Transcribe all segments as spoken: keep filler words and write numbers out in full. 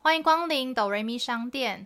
欢迎光临哆瑞咪商店。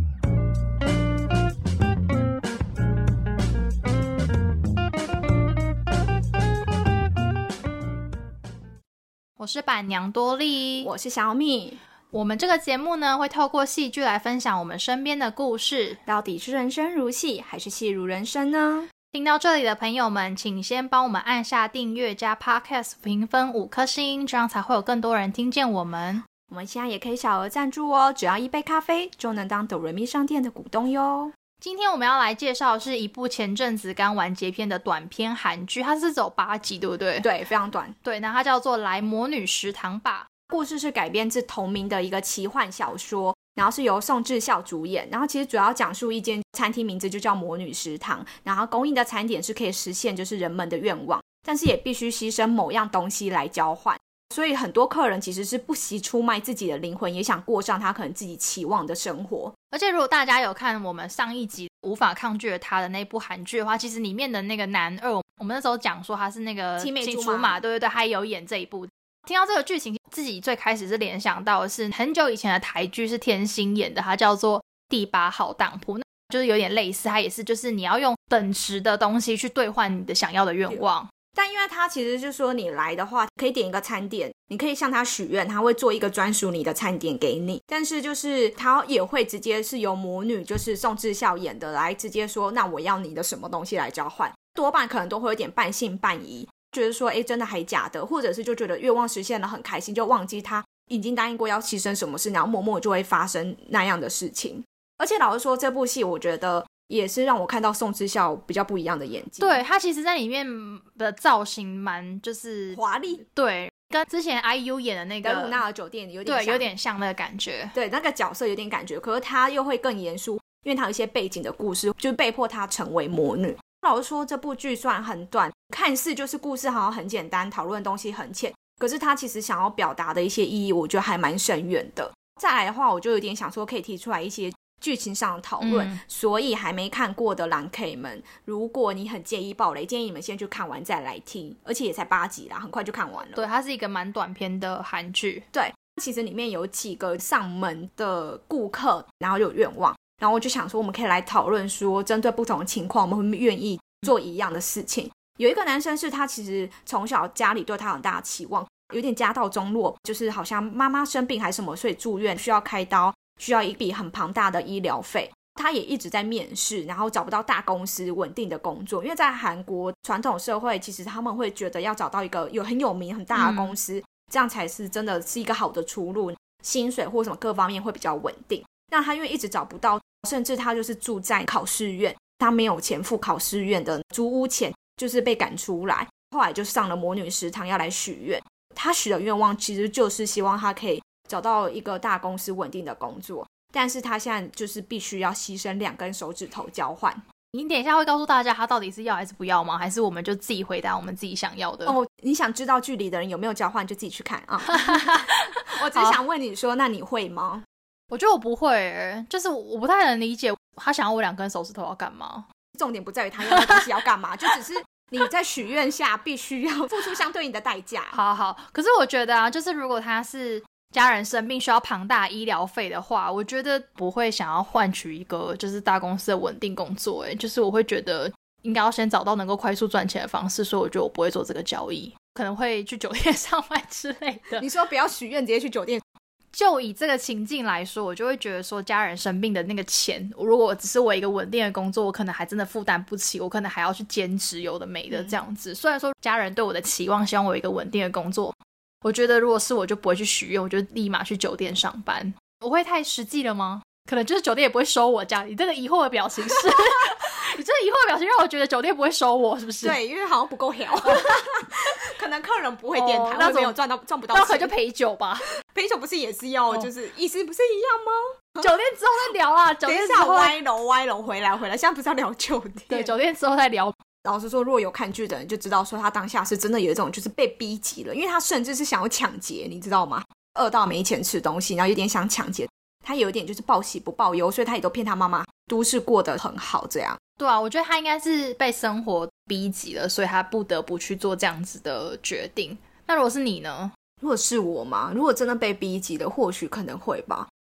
我是板娘多莉， 我是小米。 我们这个节目呢，会透过戏剧来分享我们身边的故事。 到底是人生如戏，还是戏如人生呢？ 听到这里的朋友们，请先帮我们按下订阅加 Podcast 评分五颗星，这样才会有更多人听见我们。 我们现在也可以小额赞助哦，只要一杯咖啡就能当哆瑞咪商店的股东哟。 今天我们要来介绍的是一部前阵子刚完结篇的短篇韩剧，它是走八集对不对？ 对，非常短。 对，那它叫做来魔女食堂吧。 故事是改编自同名的一个奇幻小说，然后是由宋智孝主演，然后其实主要讲述一间餐厅，名字就叫魔女食堂，然后供应的餐点是可以实现就是人们的愿望，但是也必须牺牲某样东西来交换，所以很多客人其实是不惜出卖自己的灵魂，也想过上他可能自己期望的生活。 而且如果大家有看我们上一集无法抗拒他的那部韩剧的话，其实里面的那个男二，我们那时候讲说他是那个青梅竹马， 马， 对对对，他也有演这一部。听到这个剧情，自己最开始是联想到的是很久以前的台剧，是天心演的，它叫做第八号当铺，那就是有点类似，它也是就是你要用等值的东西去兑换你的想要的愿望。 但因为他其实就是说你来的话可以点一个餐点，你可以向他许愿，他会做一个专属你的餐点给你，但是就是他也会直接是由魔女就是宋智孝演的来直接说那我要你的什么东西来交换，多半可能都会有点半信半疑，觉得说诶真的还假的，或者是就觉得愿望实现了很开心，就忘记他已经答应过要牺牲什么事，然后默默就会发生那样的事情。而且老实说这部戏我觉得也是让我看到宋智孝比较不一样的演技。 对，他其实在里面的造型蛮就是华丽， 对，跟之前 I U 演的那个德鲁纳尔酒店有点像， 对，有点像那个感觉。 对，那个角色有点感觉，可是他又会更严肃，因为他有一些背景的故事，就被迫他成为魔女。老实说这部剧虽然很短，看似就是故事好像很简单，讨论的东西很浅，可是他其实想要表达的一些意义我觉得还蛮深远的。再来的话我就有点想说可以提出来一些剧情上的讨论、嗯、所以还没看过的狼 K 们，如果你很介意爆雷，建议你们先去看完再来听，而且也才八集啦，很快就看完了。 对，它是一个蛮短篇的韩剧。 对，其实里面有几个上门的顾客然后有愿望，然后我就想说我们可以来讨论说针对不同的情况我们会不会愿意做一样的事情。有一个男生是他其实从小家里对他有很大的期望，有点家道中落，就是好像妈妈生病还是什么，所以住院需要开刀，需要一笔很庞大的医疗费。他也一直在面试，然后找不到大公司稳定的工作，因为在韩国传统社会其实他们会觉得要找到一个有很有名很大的公司、嗯、这样才是真的是一个好的出路，薪水或什么各方面会比较稳定。那他因为一直找不到，甚至他就是住在考试院，他没有钱付考试院的租屋钱，就是被赶出来，后来就上了魔女食堂要来许愿。他许的愿望其实就是希望他可以找到一个大公司稳定的工作，但是他现在就是必须要牺牲两根手指头交换。 你等一下会告诉大家他到底是要还是不要吗？还是我们就自己回答我们自己想要的？ 哦，你想知道剧里的人有没有交换就自己去看啊。我只想问你说那你会吗？ 我觉得我不会耶，就是我不太能理解他想要我两根手指头要干嘛。 重点不在于他要的东西要干嘛就只是你在许愿下必须要付出相对应的代价。 好好，可是我觉得啊，就是如果他是家人生病需要庞大医疗费的话，我觉得不会想要换取一个就是大公司的稳定工作耶，就是我会觉得应该要先找到能够快速赚钱的方式，所以我觉得我不会做这个交易，可能会去酒店上班之类的。 你说不要许愿直接去酒店？ 就以这个情境来说，我就会觉得说家人生病的那个钱，如果只是我一个稳定的工作，我可能还真的负担不起，我可能还要去兼职有的没的这样子、嗯、虽然说家人对我的期望希望我有一个稳定的工作，我觉得如果是我就不会去许愿，我就立马去酒店上班。我会太实际了吗？可能就是酒店也不会收我这样。你这个疑惑的表情是你这个疑惑的表情让我觉得酒店不会收我是不是？ 对，因为好像不够屌可能客人不会点台、哦、会没有赚到赚不到钱， 那可能就陪酒吧。 陪酒不是也是要、哦、就是意思不是一样吗？ 酒店之后再聊啊，酒店之后歪楼歪楼回来回来，现在不是要聊酒店？ 对，酒店之后再聊。 老实说如果有看剧的人就知道说他当下是真的有一种就是被逼急了，因为他甚至是想要抢劫，你知道吗？饿到没钱吃东西，然后有点想抢劫，他有一点就是报喜不报忧，所以他也都骗他妈妈都市过得很好这样。 对啊，我觉得他应该是被生活逼急了，所以他不得不去做这样子的决定。那如果是你呢？ 如果是我嘛，如果真的被逼急了或许可能会吧，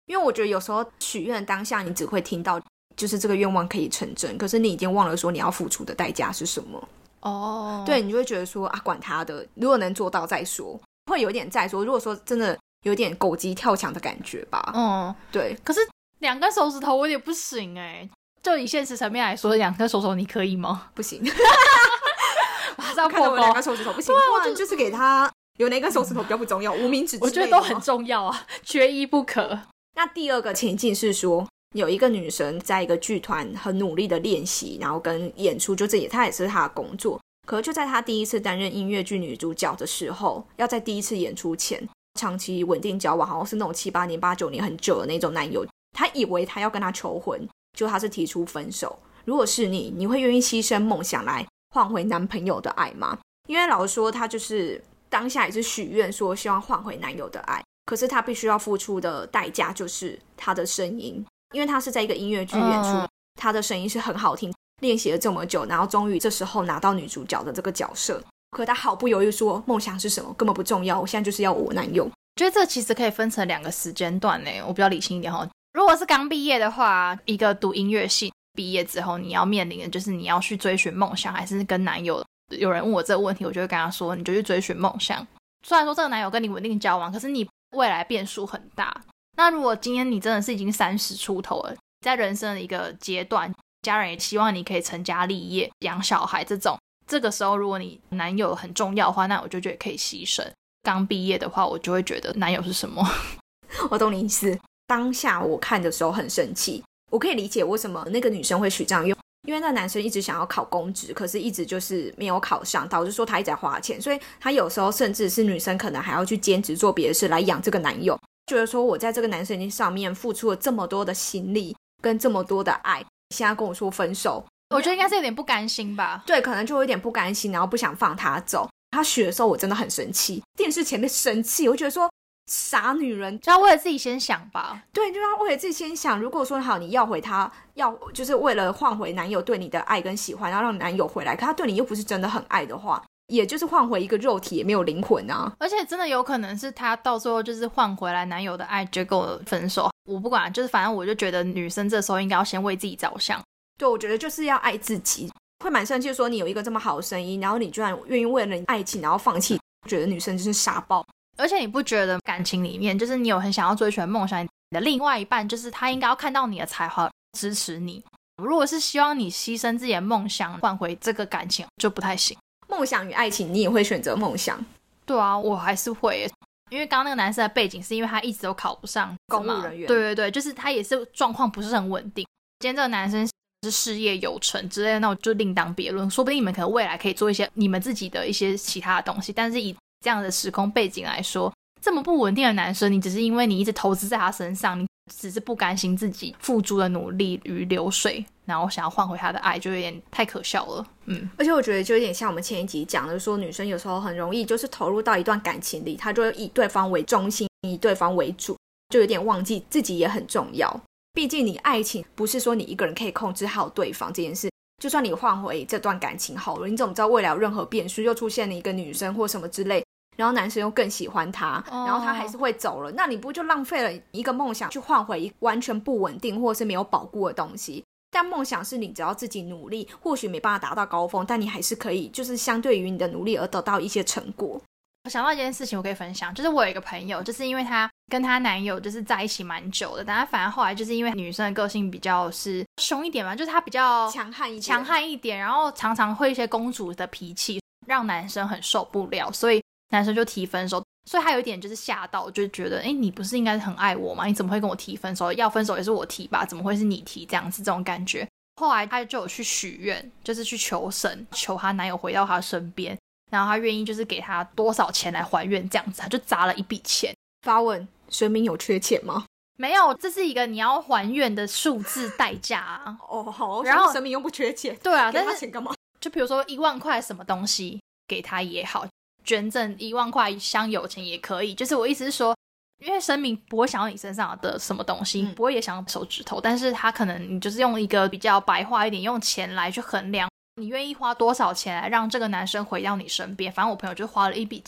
因为我觉得有时候许愿当下你只会听到就是这个愿望可以成真，可是你已经忘了说你要付出的代价是什么。 哦、oh. 对，你就会觉得说啊，管他的，如果能做到再说，会有点再说。如果说真的有点狗急跳墙的感觉吧。 嗯， 对。 可是两根手指头我也不行哎、欸，就以现实层面来说，两根手指头你可以吗？ 不行。 马上破功。两根手指头不行， 对啊， 我就就是给他有哪根手指头比较不重要，无名指之类的。 我觉得都很重要啊，缺一不可。 那第二个情境是说，有一个女生在一个剧团很努力的练习，然后跟演出，就这也她也是她的工作。可是就在她第一次担任音乐剧女主角的时候，要在第一次演出前，长期稳定交往，好像是那种七八年、八九年很久的那种男友，她以为她要跟他求婚，就他是提出分手。如果是你，你会愿意牺牲梦想来换回男朋友的爱吗？因为老实说，她就是当下也是许愿说希望换回男友的爱，可是她必须要付出的代价就是她的声音。因为他是在一个音乐剧演出，他、嗯、的声音是很好听，练习了这么久，然后终于这时候拿到女主角的这个角色，可他毫不犹豫说梦想是什么根本不重要，我现在就是要我男友。我觉得这其实可以分成两个时间段耶，我比较理性一点。如果是刚毕业的话，一个读音乐系毕业之后你要面临的就是你要去追寻梦想还是跟男友。有人问我这个问题，我就会跟他说你就去追寻梦想。虽然说这个男友跟你稳定交往，可是你未来变数很大。那如果今天你真的是已经三十出头了，在人生的一个阶段，家人也希望你可以成家立业养小孩，这种这个时候如果你男友很重要的话，那我就觉得可以牺牲。刚毕业的话我就会觉得男友是什么。 我懂你意思。当下我看的时候很生气，我可以理解为什么那个女生会许这样愿，因为那男生一直想要考公职，可是一直就是没有考上，导致说他一直在花钱，所以他有时候甚至是女生可能还要去兼职做别的事来养这个男友，觉得说我在这个男生上面付出了这么多的心力跟这么多的爱，现在跟我说分手， 我觉得应该是有点不甘心吧。 对，可能就有点不甘心，然后不想放他走。他许的时候我真的很生气，电视前面生气，我觉得说傻女人， 就要为了自己先想吧。 对，就要为了自己先想。如果说好你要回他，要就是为了换回男友对你的爱跟喜欢，然后让男友回来，可他对你又不是真的很爱的话，也就是换回一个肉体，也没有灵魂啊。 而且真的有可能是他到最后就是换回来男友的爱，结果分手。我不管，就是反正我就觉得女生这时候应该要先为自己着想。 对，我觉得就是要爱自己。会蛮生气说你有一个这么好的声音，然后你居然愿意为了你爱情然后放弃，觉得女生就是傻爆。 而且你不觉得感情里面就是你有很想要追寻梦想，你的另外一半就是他应该要看到你的才华支持你。如果是希望你牺牲自己的梦想换回这个感情就不太行。 梦想与爱情你也会选择梦想？ 对啊，我还是会耶。因为刚刚那个男生的背景是因为他一直都考不上公务人员， 对对对，就是他也是状况不是很稳定。今天这个男生是事业有成之类的，那我就另当别论，说不定你们可能未来可以做一些你们自己的一些其他的东西。但是以这样的时空背景来说，这么不稳定的男生，你只是因为你一直投资在他身上，你只是不甘心自己付诸的努力与流水，然后想要换回他的爱，就有点太可笑了。嗯， 而且我觉得就有点像我们前一集讲的，说女生有时候很容易就是投入到一段感情里，她就会以对方为中心，以对方为主，就有点忘记自己也很重要。毕竟你爱情不是说你一个人可以控制好对方这件事，就算你换回这段感情好了，你怎么知道未来有任何变数，又出现了一个女生或什么之类，然后男生又更喜欢他，然后他还是会走了，那你不就浪费了一个梦想去换回一完全不稳定或是没有保固的东西？但梦想是你只要自己努力，或许没办法达到高峰，但你还是可以就是相对于你的努力而得到一些成果。 我想到一件事情我可以分享，就是我有一个朋友，就是因为她跟她男友就是在一起蛮久的，但她反而后来就是因为女生的个性比较是凶一点嘛，就是她比较强悍一点强悍一点，然后常常会一些公主的脾气让男生很受不了，所以男生就提分手。所以他有一点就是吓到，就觉得诶你不是应该很爱我吗？你怎么会跟我提分手？要分手也是我提吧，怎么会是你提？这样子这种感觉。后来他就有去许愿，就是去求神，求她男友回到她身边，然后他愿意就是给他多少钱来还愿，这样子他就砸了一笔钱。 发问：神明有缺钱吗？ 没有，这是一个你要还愿的数字代价啊。 哦，好， 然后神明又不缺钱， 对啊， 给他钱干嘛？ 就比如说一万块什么东西给他也好，捐赠一万块香油钱也可以。就是我意思是说，因为神明不会想要你身上的什么东西，嗯、不会也想要手指头，但是他可能你就是用一个比较白话一点，用钱来去衡量。你愿意花多少钱来让这个男生回到你身边？反正我朋友就花了一笔钱，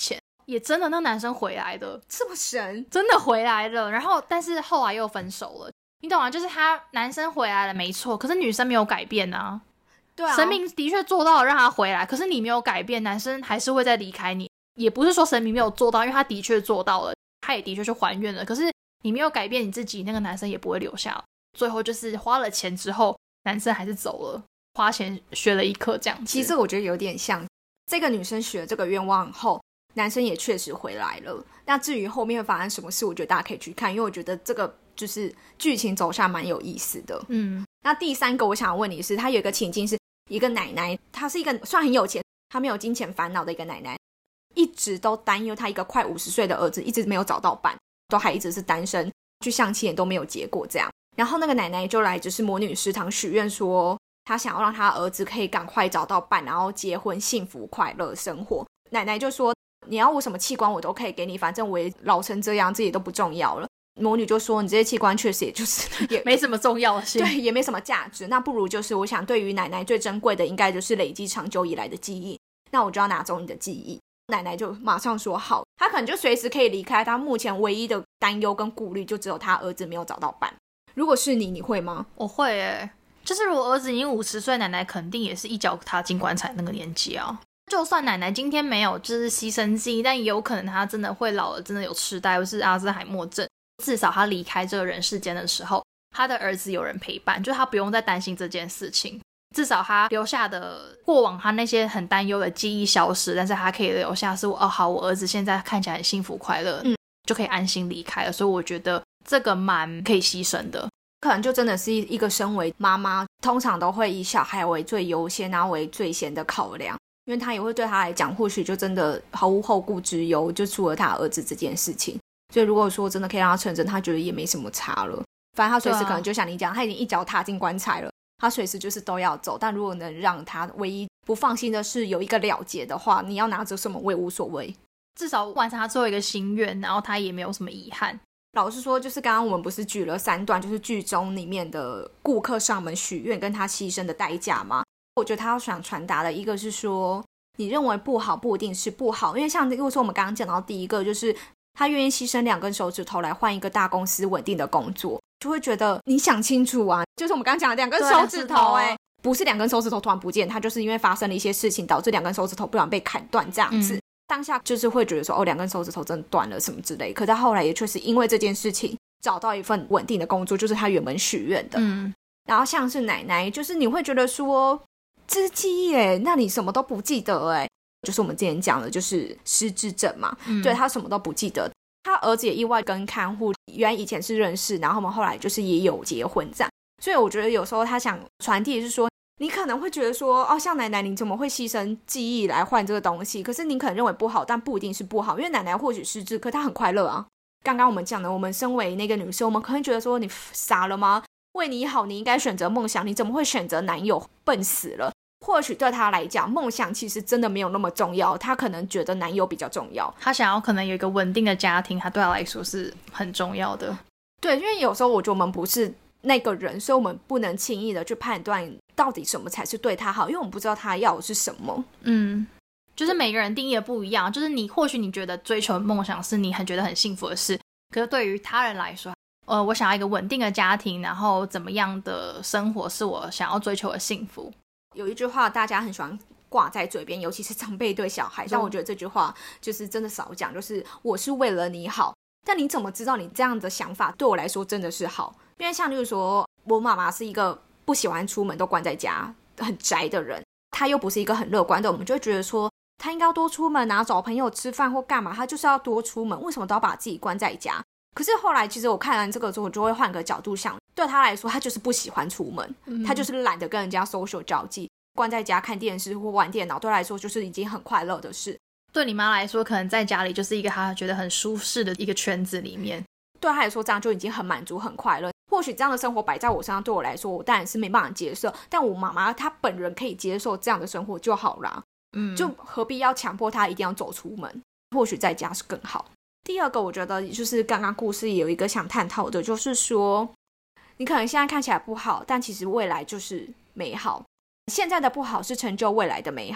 也真的那男生回来的， 这么神， 真的回来了。然后但是后来又分手了，你懂吗？就是他男生回来了没错，可是女生没有改变啊。 对啊， 神明的确做到了让他回来，可是你没有改变，男生还是会再离开你。也不是说神明没有做到，因为他的确做到了，他也的确去还愿了，可是你没有改变你自己，那个男生也不会留下。最后就是花了钱之后，男生还是走了，花钱学了一课这样子。 其实我觉得有点像，这个女生许了这个愿望后，男生也确实回来了。那至于后面会发生什么事，我觉得大家可以去看，因为我觉得这个就是剧情走向蛮有意思的。 嗯， 那第三个我想问你的是，他有一个情境是一个奶奶，她是一个算很有钱，她没有金钱烦恼的一个奶奶，一直都担忧她一个快五十岁的儿子一直没有找到伴，都还一直是单身，去相亲也都没有结果这样。然后那个奶奶就来就是魔女食堂许愿说，她想要让她儿子可以赶快找到伴，然后结婚幸福快乐生活。奶奶就说，你要我什么器官我都可以给你，反正我也老成这样，这也都不重要了。魔女就说，你这些器官确实也就是也没什么重要性， 对，也没什么价值，那不如就是我想对于奶奶最珍贵的应该就是累积长久以来的记忆，那我就要拿走你的记忆。奶奶就马上说好，她可能就随时可以离开，她目前唯一的担忧跟顾虑就只有她儿子没有找到伴。如果是你，你会吗？ 我会耶，就是如果儿子已经五十岁，奶奶肯定也是一脚踏进棺材那个年纪啊。就算奶奶今天没有就是牺牲记忆，但也有可能她真的会老了，真的有痴呆或是阿兹海默症，至少她离开这个人世间的时候，她的儿子有人陪伴，就她不用再担心这件事情。至少他留下的过往，他那些很担忧的记忆消失，但是他可以留下是哦，好，我儿子现在看起来很幸福快乐，嗯，就可以安心离开了。所以我觉得这个蛮可以牺牲的。 可能就真的是一个身为妈妈，通常都会以小孩为最优先，然后为最先的考量，因为他也会对他来讲，或许就真的毫无后顾之忧，就除了他儿子这件事情。所以如果说真的可以让他成真，他觉得也没什么差了。反正他随时可能就像你讲，他已经一脚踏进棺材了。他随时就是都要走，但如果能让他唯一不放心的是有一个了结的话，你要拿着什么我也无所谓， 至少完成他最后一个心愿，然后他也没有什么遗憾。 老实说，就是刚刚我们不是举了三段就是剧中里面的顾客上门许愿跟他牺牲的代价吗？我觉得他要想传达的一个是说，你认为不好不一定是不好，因为像如果说我们刚刚讲到第一个，就是他愿意牺牲两根手指头来换一个大公司稳定的工作，就会觉得你想清楚啊，就是我们刚刚讲的两根手指头，哎、欸，不是两根手指头突然不见，他就是因为发生了一些事情导致两根手指头不然被砍断这样子、嗯、当下就是会觉得说哦，两根手指头真的断了什么之类，可是他后来也确实因为这件事情找到一份稳定的工作，就是他原本许愿的。嗯，然后像是奶奶，就是你会觉得说这是记忆哎，那你什么都不记得哎，就是我们之前讲的就是失智症嘛、嗯、对，他什么都不记得。他儿子也意外跟看护原来以前是认识，然后他们后来就是也有结婚这样。所以我觉得有时候他想传递的是说，你可能会觉得说哦，像奶奶你怎么会牺牲记忆来换这个东西，可是你可能认为不好，但不一定是不好，因为奶奶或许失智，可她很快乐啊。刚刚我们讲的，我们身为那个女生，我们可能觉得说你傻了吗？为你好你应该选择梦想，你怎么会选择男友？笨死了。或许对他来讲，梦想其实真的没有那么重要，他可能觉得男友比较重要， 他想要可能有一个稳定的家庭，他对他来说是很重要的。 对，因为有时候我觉得我们不是那个人，所以我们不能轻易的去判断到底什么才是对他好，因为我们不知道他要的是什么。 嗯，就是每个人定义的不一样，就是你或许你觉得追求梦想是你很觉得很幸福的事，可是对于他人来说，呃，我想要一个稳定的家庭，然后怎么样的生活是我想要追求的幸福。 有一句话大家很喜欢挂在嘴边，尤其是长辈对小孩，但我觉得这句话就是真的少讲，就是我是为了你好。但你怎么知道你这样的想法对我来说真的是好？因为像例如说我妈妈是一个不喜欢出门都关在家很宅的人，她又不是一个很乐观的，我们就会觉得说她应该要多出门啊，找朋友吃饭或干嘛，她就是要多出门，为什么都要把自己关在家？可是后来其实我看完这个之后，我就会换个角度想，对他来说他就是不喜欢出门、嗯、他就是懒得跟人家 social 交际，关在家看电视或玩电脑对他来说就是已经很快乐的事。 对你妈来说可能在家里就是一个他觉得很舒适的一个圈子里面， 对他来说这样就已经很满足很快乐。或许这样的生活摆在我身上对我来说我当然是没办法接受，但我妈妈她本人可以接受这样的生活就好啦、嗯、就何必要强迫她一定要走出门，或许在家是更好。第二个我觉得就是刚刚故事也有一个想探讨的，就是说你可能现在看起来不好，但其实未来就是美好，现在的不好是成就未来的美好。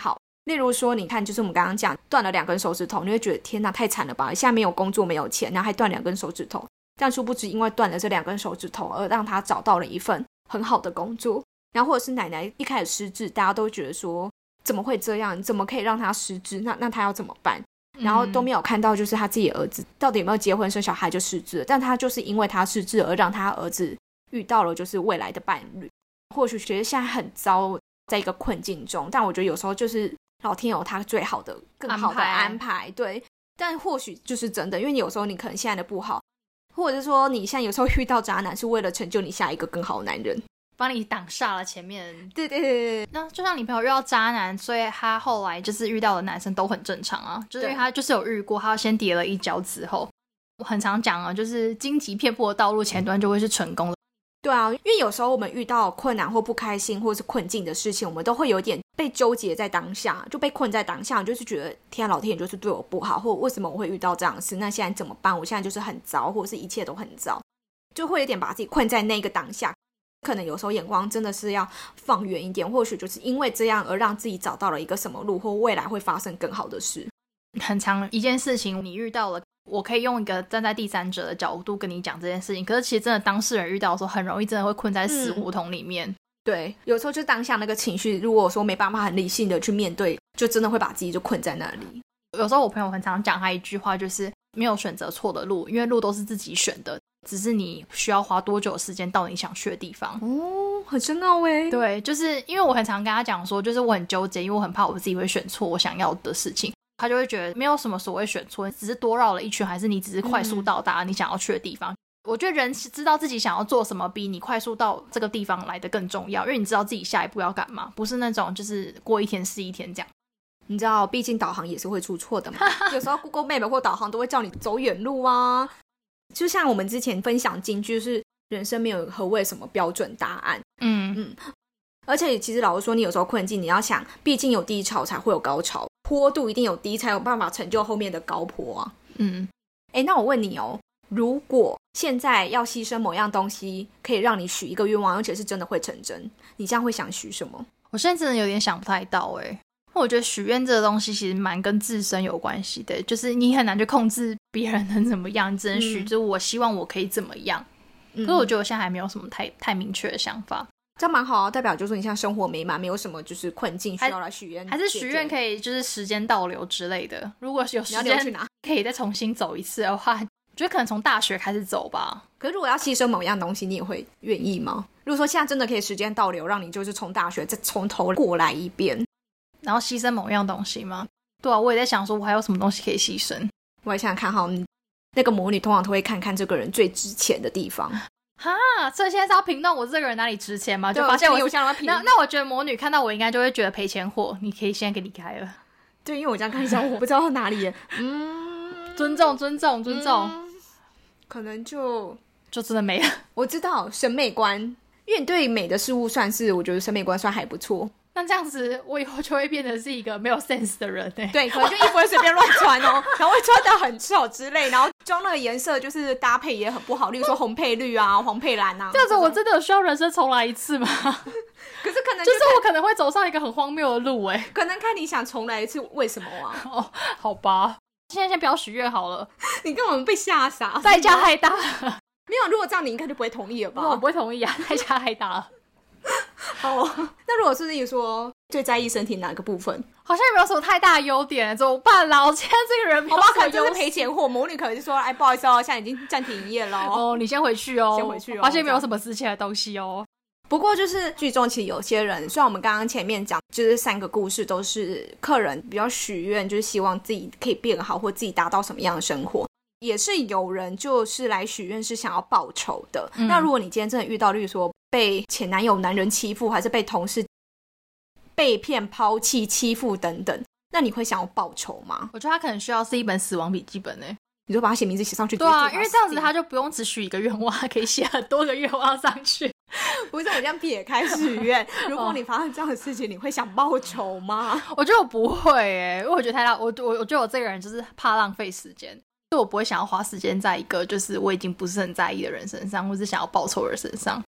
例如说你看就是我们刚刚讲断了两根手指头，你会觉得天哪太惨了吧，现在没有工作没有钱，然后还断两根手指头，但殊不知因为断了这两根手指头而让他找到了一份很好的工作。然后或者是奶奶一开始失智，大家都觉得说怎么会这样，怎么可以让他失智，那那他要怎么办，然后都没有看到就是他自己的儿子到底有没有结婚生小孩就失智了，但他就是因为他失智而让他儿子遇到了就是未来的伴侣。或许觉得现在很糟，在一个困境中，但我觉得有时候就是老天有他最好的更好的安排, 安排对，但或许就是真的，因为有时候你可能现在的不好，或者是说你现在有时候遇到渣男是为了成就你下一个更好的男人， 帮你挡煞了前面。 对对对对， 那就像你朋友遇到渣男，所以他后来就是遇到的男生都很正常啊，就是因为他就是有遇过，他先跌了一跤之后，我很常讲啊，就是荆棘遍布的道路前端就会是成功的。 对啊，因为有时候我们遇到困难或不开心或是困境的事情，我们都会有点被纠结在当下，就被困在当下，就是觉得天啊，老天爷就是对我不好，或为什么我会遇到这样的事，那现在怎么办，我现在就是很糟，或者是一切都很糟，就会有点把自己困在那个当下。可能有时候眼光真的是要放远一点，或许就是因为这样而让自己找到了一个什么路，或未来会发生更好的事。 很长一件事情你遇到了，我可以用一个站在第三者的角度跟你讲这件事情，可是其实真的当事人遇到的时候很容易真的会困在死胡同里面、嗯、 对，有时候就当下那个情绪如果说没办法很理性的去面对，就真的会把自己就困在那里。 有时候我朋友很常讲他一句话，就是没有选择错的路，因为路都是自己选的，只是你需要花多久的时间到你想去的地方。 哦，很深奥耶。 对，就是因为我很常跟他讲说，就是我很纠结，因为我很怕我自己会选错我想要的事情，他就会觉得没有什么所谓选错，只是多绕了一圈，还是你只是快速到达你想要去的地方、嗯、我觉得人知道自己想要做什么比你快速到这个地方来的更重要，因为你知道自己下一步要干嘛，不是那种就是过一天是一天这样。 你知道毕竟导航也是会出错的嘛有时候 Google Map 或导航都会叫你走远路啊。就像我们之前分享金句是人生没有何谓什么标准答案。嗯嗯，而且其实老实说，你有时候困境你要想，毕竟有低潮才会有高潮，坡度一定有低才有办法成就后面的高坡啊。嗯，哎，那我问你哦，如果现在要牺牲某样东西可以让你许一个愿望，而且是真的会成真，你这样会想许什么？ 我现在真的有点想不太到耶，我觉得许愿这个东西其实蛮跟自身有关系的，就是你很难去控制别人能怎么样，你只能许、嗯、就是我希望我可以怎么样、嗯、可是我觉得我现在还没有什么太太明确的想法。 这样蛮好啊，代表就是你像生活美满，没有什么就是困境需要来许愿， 还是许愿可以就是时间倒流之类的，如果有时间可以再重新走一次的话，我觉得可能从大学开始走吧。 可是如果要牺牲某样东西，你也会愿意吗？如果说现在真的可以时间倒流，让你就是从大学再从头过来一遍， 然后牺牲某样东西吗？对啊，我也在想说我还有什么东西可以牺牲。 我也想想看哈，那个魔女通常都会看看这个人最值钱的地方。 哈，所以现在是要评断我这个人哪里值钱吗？就发现我是那那我觉得魔女看到我应该就会觉得赔钱货，你可以现在给离开了。 对，因为我这样看一下我不知道到哪里耶。嗯， 尊重尊重尊重、 嗯、可能就就真的没了。 我知道审美观，因为你对美的事物算是我觉得审美观算还不错。 那这样子我以后就会变成是一个没有 sense 的人、欸、 对，可能就衣服会随便乱穿哦然后会穿得很丑之类，然后妆那个颜色就是搭配也很不好，例如说红配绿啊黄配蓝啊。 这样子我真的有需要人生重来一次吗？ 可是可能就, 就是我可能会走上一个很荒谬的路耶、欸、 可能看你想重来一次为什么啊哦，好吧，现在先不要许愿好了。 你跟我们被吓傻， 代价太大了。 没有，如果这样你应该就不会同意了吧？ 我不会同意啊，代价太大了哦，那如果是你说最在意身体哪个部分， 好像也没有什么太大的优点，怎么办啦？我现在这个人没有什么优势， 可能就是赔钱货。魔女可能就说：“哎，不好意思哦，现在已经暂停营业了哦，你先回去哦， 先回去哦。” 发现没有什么值钱的东西哦。 不过就是剧中其实有些人，虽然我们刚刚前面讲，就是三个故事都是客人比较许愿，就是希望自己可以变好，或自己达到什么样的生活。也是有人就是来许愿是想要报仇的、嗯、那如果你今天真的遇到例如说被前男友男人欺负，还是被同事被骗抛弃欺负等等，那你会想要报仇吗？ 我觉得他可能需要是一本死亡笔记本耶、欸、 你就把他写名字写上去。 对啊，因为这样子他就不用只许一个愿望，他可以写很多个愿望上去。 不是我这样撇开许愿如果你发生这样的事情你会想报仇吗？ 我觉得我不会耶、欸、因为我觉得太大我我我觉得我这个人就是怕浪费时间，所以我不会想要花时间在一个就是我已经不是很在意的人身上，或是想要报仇的人身上。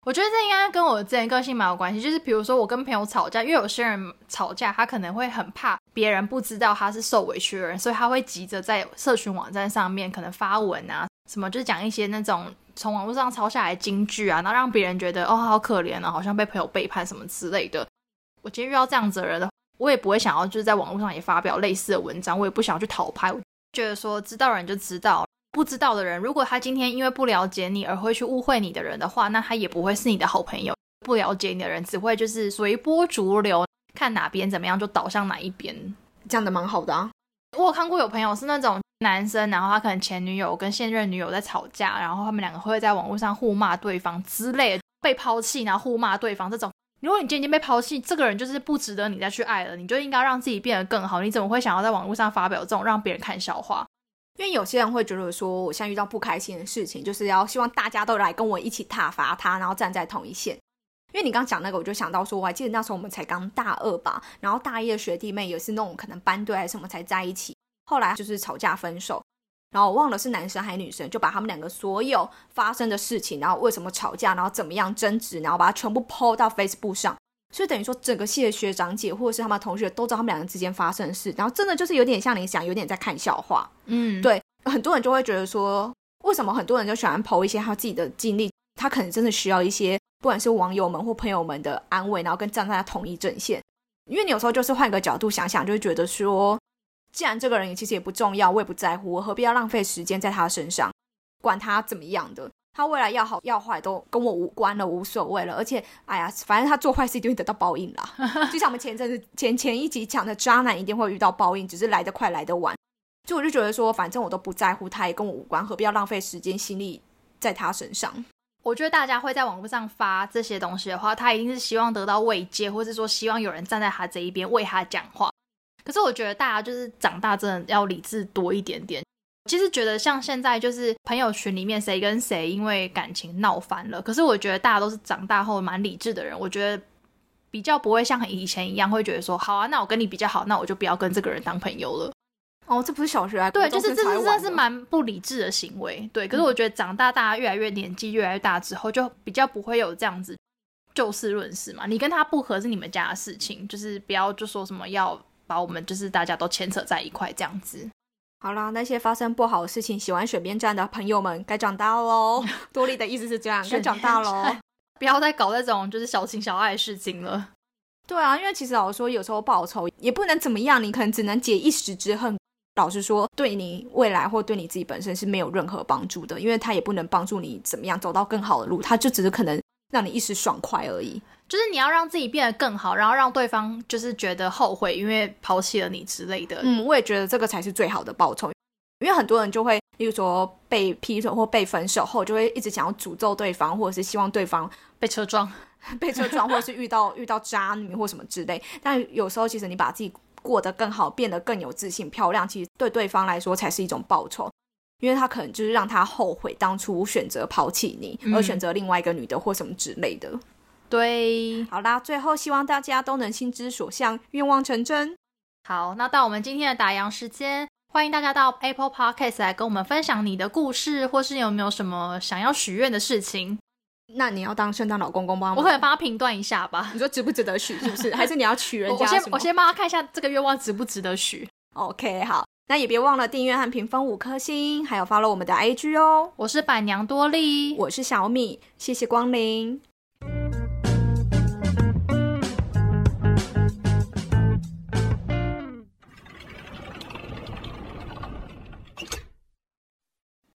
我觉得这应该跟我之前个性蛮有关系，就是比如说我跟朋友吵架，因为有些人吵架他可能会很怕别人不知道他是受委屈的人，所以他会急着在社群网站上面可能发文啊什么，就是讲一些那种从网络上抄下来的金句啊，然后让别人觉得哦好可怜啊，好像被朋友背叛什么之类的。我今天遇到这样子的人，我也不会想要就是在网络上也发表类似的文章，我也不想要去讨拍，我觉得说知道人就知道，不知道的人，如果他今天因为不了解你而会去误会你的人的话，那他也不会是你的好朋友。不了解你的人只会就是随波逐流，看哪边怎么样就倒向哪一边。 这样的蛮好的啊。 我有看过有朋友是那种男生，然后他可能前女友跟现任女友在吵架，然后他们两个会在网络上互骂对方之类的，被抛弃然后互骂对方这种。如果你今天被抛弃，这个人就是不值得你再去爱了，你就应该让自己变得更好，你怎么会想要在网络上发表这种让别人看笑话？ 因为有些人会觉得说我现在遇到不开心的事情，就是要希望大家都来跟我一起挞伐他，然后站在同一线。因为你刚讲那个，我就想到说，我还记得那时候我们才刚大二吧，然后大一的学弟妹也是那种可能班队还是什么才在一起，后来就是吵架分手，然后我忘了是男生还是女生，就把他们两个所有发生的事情，然后为什么吵架，然后怎么样争执，然后把它全部 po 到 Facebook 上，所以等于说整个系的学长姐或者是他们同学都知道他们两个之间发生的事，然后真的就是有点像你想有点在看笑话。 嗯， 对，很多人就会觉得说为什么很多人就喜欢 po 一些他自己的经历，他可能真的需要一些不管是网友们或朋友们的安慰，然后跟站在他同一阵线。因为你有时候就是换个角度想想，就会觉得说既然这个人其实也不重要，我也不在乎，我何必要浪费时间在他身上，管他怎么样的，他未来要好要坏都跟我无关了，无所谓了。而且哎呀，反正他做坏事一定会得到报应啦就像我们前阵子前前一集讲的，渣男一定会遇到报应，只是来得快来得晚。所以我就觉得说反正我都不在乎，他也跟我无关，何必要浪费时间心力在他身上。 我觉得大家会在网络上发这些东西的话，他一定是希望得到慰藉，或是说希望有人站在他这一边为他讲话。可是我觉得大家就是长大真的要理智多一点点。其实觉得像现在就是朋友群里面谁跟谁因为感情闹翻了，可是我觉得大家都是长大后蛮理智的人，我觉得比较不会像以前一样会觉得说好啊，那我跟你比较好，那我就不要跟这个人当朋友了。 哦，这不是小学啊？ 对，就是这是真的是蛮不理智的行为。对，可是我觉得长大大家越来越年纪越来越大之后，就比较不会有这样子就事论事嘛。你跟他不合是你们家的事情，就是不要就说什么要把我们就是大家都牵扯在一块这样子。 好啦，那些发生不好的事情喜欢选边站的朋友们该长大咯多莉的意思是这样，该长大咯不要再搞那种就是小情小爱的事情了。 对啊，因为其实老实说有时候报仇也不能怎么样，你可能只能解一时之恨，老实说对你未来或对你自己本身是没有任何帮助的，因为他也不能帮助你怎么样走到更好的路，他就只是可能让你一时爽快而已。 就是你要让自己变得更好，然后让对方就是觉得后悔因为抛弃了你之类的。 嗯，我也觉得这个才是最好的报酬。因为很多人就会例如说被劈腿或被分手后就会一直想要诅咒对方，或者是希望对方被车撞被车撞或者是遇到遇到渣女或什么之类。但有时候其实你把自己过得更好，变得更有自信漂亮，其实对对方来说才是一种报酬，因为他可能就是让他后悔当初选择抛弃你、嗯、而选择另外一个女的或什么之类的。 对， 好啦，最后希望大家都能心之所向，愿望成真。 好，那到我们今天的打烊时间，欢迎大家到 Apple Podcast 来跟我们分享你的故事，或是有没有什么想要许愿的事情。 那你要当圣诞老公公帮我我可能帮他评断一下吧。 你说值不值得许是不是还是你要许人家什么？ 我先我先帮他看一下这个愿望值不值得许。 OK， 好，那也别忘了订阅和评分五颗星，还有 follow 我们的 I G 哦。 我是板娘多莉， 我是小米，谢谢光临。